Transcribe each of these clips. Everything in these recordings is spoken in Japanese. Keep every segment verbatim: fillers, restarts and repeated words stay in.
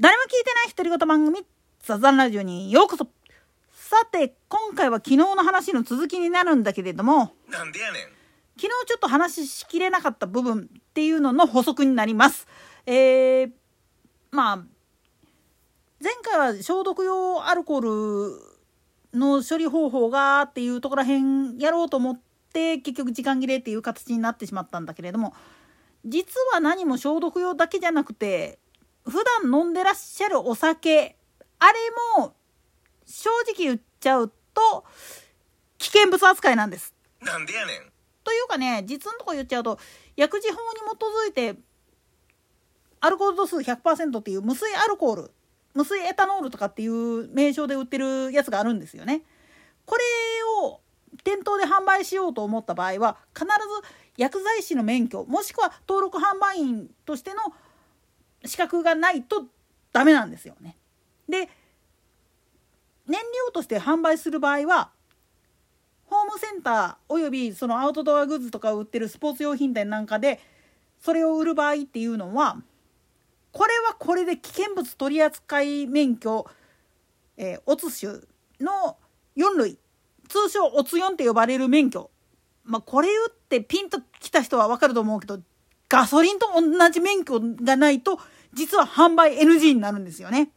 誰も聞いてない独り言番組ザザンラジオにようこそ。さて今回は昨日の話の続きになるんだけれども、 なんでやねん。 昨日ちょっと話しきれなかった部分っていうのの補足になります。えー、まあ前回は消毒用アルコールの処理方法がっていうところらへんやろうと思って結局時間切れっていう形になってしまったんだけれども、実は何も消毒用だけじゃなくて普段飲んでらっしゃるお酒、あれも正直言っちゃうと危険物扱いなんです。 なんでやねん。 というかね、実のところ言っちゃうと薬事法に基づいてアルコール度数 ひゃくパーセント っていう無水アルコール、無水エタノールとかっていう名称で売ってるやつがあるんですよね。これを店頭で販売しようと思った場合は必ず薬剤師の免許もしくは登録販売員としての資格がないとダメなんですよね。で、燃料として販売する場合はホームセンターおよびそのアウトドアグッズとかを売ってるスポーツ用品店なんかでそれを売る場合っていうのは、これはこれで危険物取扱免許、えー、オツ種のよん類、通称オツよんって呼ばれる免許、まあ、これ打ってピンときた人は分かると思うけど、ガソリンと同じ免許がないと実は販売 エヌジー になるんですよね。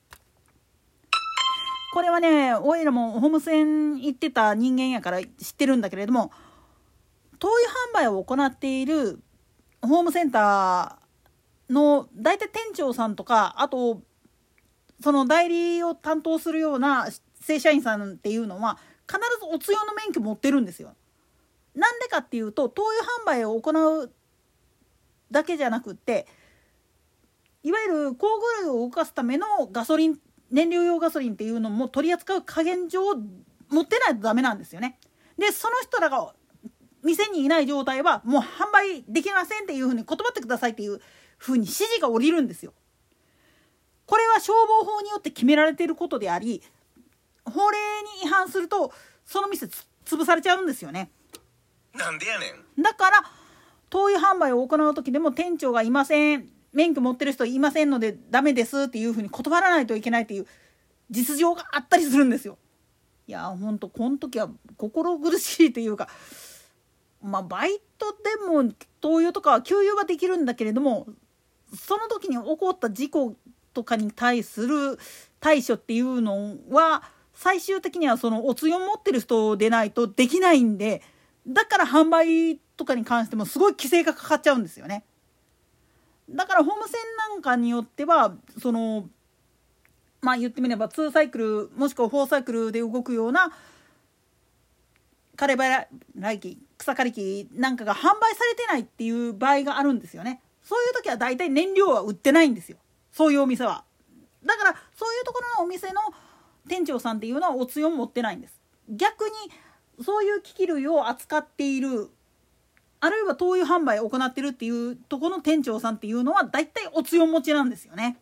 これはね、おいらもホームセン行ってた人間やから知ってるんだけれども、灯油販売を行っているホームセンターの大体店長さんとか、あとその代理を担当するような正社員さんっていうのは必ずおつよの免許持ってるんですよ。なんでかっていうと、灯油販売を行うだけじゃなくって、いわゆる工具類を動かすためのガソリン、燃料用ガソリンっていうのも取り扱う加減上持ってないとダメなんですよね。で、その人らが店にいない状態はもう販売できませんっていうふうに断ってくださいっていうふうに指示が下りるんですよ。これは消防法によって決められていることであり、法令に違反するとその店つ潰されちゃうんですよね。 なんでやねん。 だから灯油販売を行う時でも店長がいません、免許持ってる人いませんのでダメですっていうふうに断らないといけないっていう実情があったりするんですよ。いやほんとこの時は心苦しいというか、まあバイトでも灯油とかは給油ができるんだけれども、その時に起こった事故とかに対する対処っていうのは最終的にはそのおつよ持ってる人でないとできないんで、だから販売とかに関してもすごい規制がかかっちゃうんですよね。だからホームセンなんかによってはそのまあ言ってみればにサイクルもしくはよんサイクルで動くような枯れ葉来機、草刈り機なんかが販売されてないっていう場合があるんですよね。そういう時はだいたい燃料は売ってないんですよ、そういうお店は。だからそういうところのお店の店長さんっていうのはおつよ持ってないんです。逆にそういう機器類を扱っている、あるいは灯油販売を行ってるっていうところの店長さんっていうのはだいたいおつよ持ちなんですよね。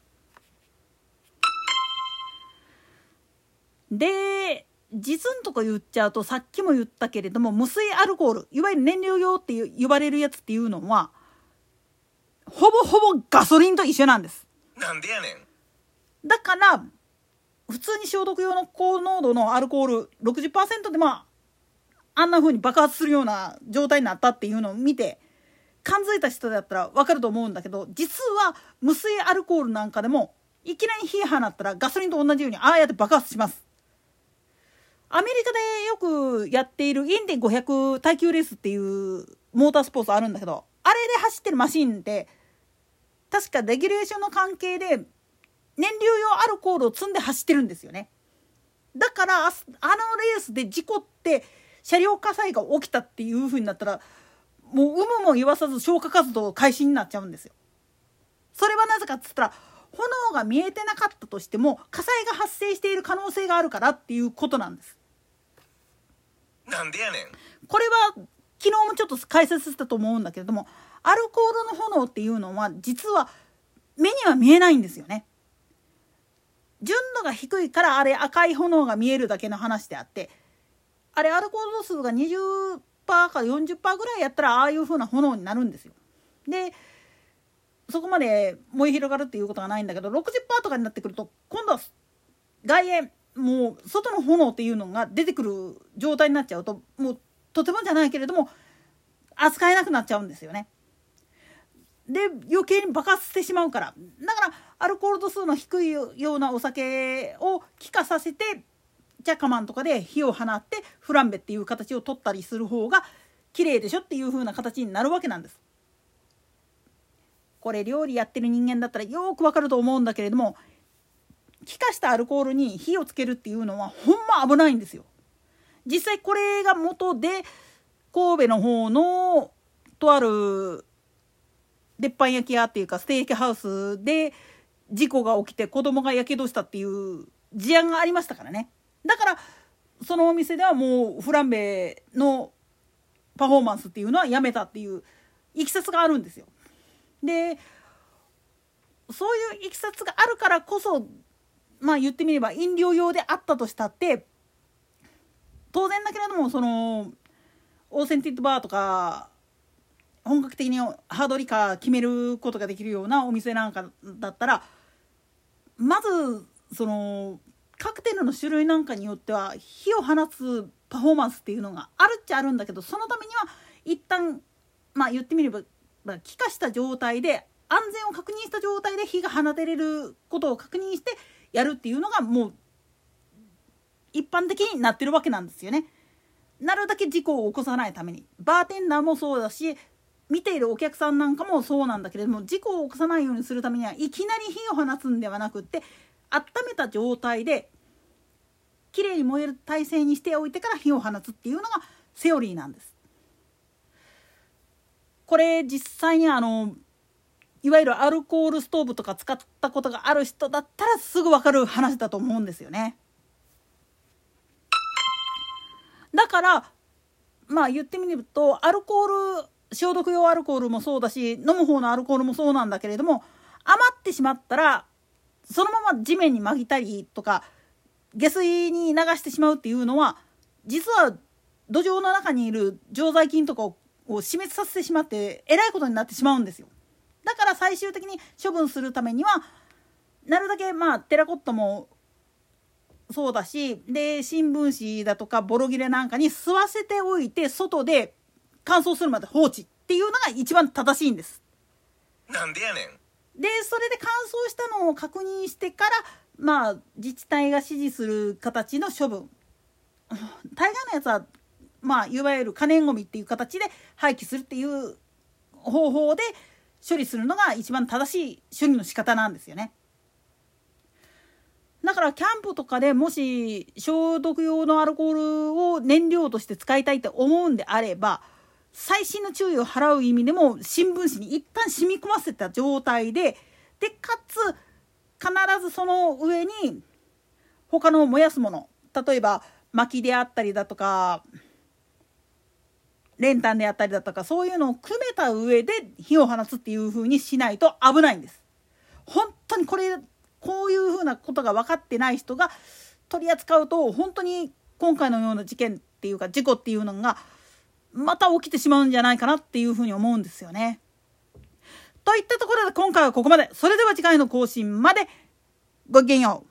で、実んとこ言っちゃうとさっきも言ったけれども、無水アルコール、いわゆる燃料用っていう呼ばれるやつっていうのはほぼほぼガソリンと一緒なんです。 なんでやねん。 だから普通に消毒用の高濃度のアルコール ろくじゅっパーセント でまああんな風に爆発するような状態になったっていうのを見て感づいた人だったら分かると思うんだけど、実は無水アルコールなんかでもいきなり火放ったらガソリンと同じようにああやって爆発します。アメリカでよくやっているインディごひゃく耐久レースっていうモータースポーツあるんだけど、あれで走ってるマシンって確かレギュレーションの関係で燃料用アルコールを積んで走ってるんですよね。だからあのレースで事故って車両火災が起きたっていう風になったらもう有無も言わさず消火活動開始になっちゃうんですよ。それはなぜかっつったら炎が見えてなかったとしても火災が発生している可能性があるからっていうことなんです。 なんでやねん。 これは昨日もちょっと解説したと思うんだけれども、アルコールの炎っていうのは実は目には見えないんですよね。純度が低いからあれ赤い炎が見えるだけの話であって、あれアルコール度数が にじゅっパーセント から よんじゅっパーセント ぐらいやったらああいう風な炎になるんですよ。でそこまで燃え広がるっていうことがないんだけど ろくじゅっパーセント とかになってくると今度は外縁もう外の炎っていうのが出てくる状態になっちゃうともうとてもじゃないけれども扱えなくなっちゃうんですよね。で余計に爆発してしまうからだからアルコール度数の低いようなお酒を気化させてジャカマンとかで火を放ってフランベっていう形を取ったりする方が綺麗でしょっていう風な形になるわけなんです。これ料理やってる人間だったらよくわかると思うんだけれども気化したアルコールに火をつけるっていうのはほんま危ないんですよ。実際これが元で神戸の方のとある鉄板焼き屋っていうかステーキハウスで事故が起きて子供がやけどしたっていう事案がありましたからね。だからそのお店ではもうフランベのパフォーマンスっていうのはやめたっていういきさつがあるんですよ。でそういういきさつがあるからこそまあ言ってみれば飲料用であったとしたって当然だけれどもそのオーセンティックバーとか本格的にハードリカー決めることができるようなお店なんかだったらまずそのカクテルの種類なんかによっては火を放つパフォーマンスっていうのがあるっちゃあるんだけどそのためには一旦まあ言ってみれば気化した状態で安全を確認した状態で火が放てれることを確認してやるっていうのがもう一般的になってるわけなんですよね。なるだけ事故を起こさないためにバーテンダーもそうだし見ているお客さんなんかもそうなんだけれども事故を起こさないようにするためにはいきなり火を放つんではなくって温めた状態できれいに燃える体勢にしておいてから火を放つっていうのがセオリーなんです。これ実際にあのいわゆるアルコールストーブとか使ったことがある人だったらすぐ分かる話だと思うんですよね。だからまあ言ってみるとアルコール消毒用アルコールもそうだし飲む方のアルコールもそうなんだけれども余ってしまったらそのまま地面にまぎたりとか下水に流してしまうっていうのは実は土壌の中にいる常在菌とかを死滅させてしまってえらいことになってしまうんですよ。だから最終的に処分するためにはなるだけまあテラコッタもそうだしで新聞紙だとかボロ切れなんかに吸わせておいて外で乾燥するまで放置っていうのが一番正しいんです。 なんでやねん。 でそれで乾燥したのを確認してからまあ自治体が指示する形の処分大概のやつはまあいわゆる可燃ごみっていう形で廃棄するっていう方法で処理するのが一番正しい処理の仕方なんですよね。だからキャンプとかでもし消毒用のアルコールを燃料として使いたいって思うんであれば細心の注意を払う意味でも新聞紙に一旦染み込ませた状態ででかつ必ずその上に他の燃やすもの例えば薪であったりだとか練炭であったりだとかそういうのを組めた上で火を放つっていう風にしないと危ないんです。本当にこれこういう風なことが分かってない人が取り扱うと本当に今回のような事件っていうか事故っていうのがまた起きてしまうんじゃないかなっていう風に思うんですよね。といったところで今回はここまで。それでは次回の更新までごきげんよう。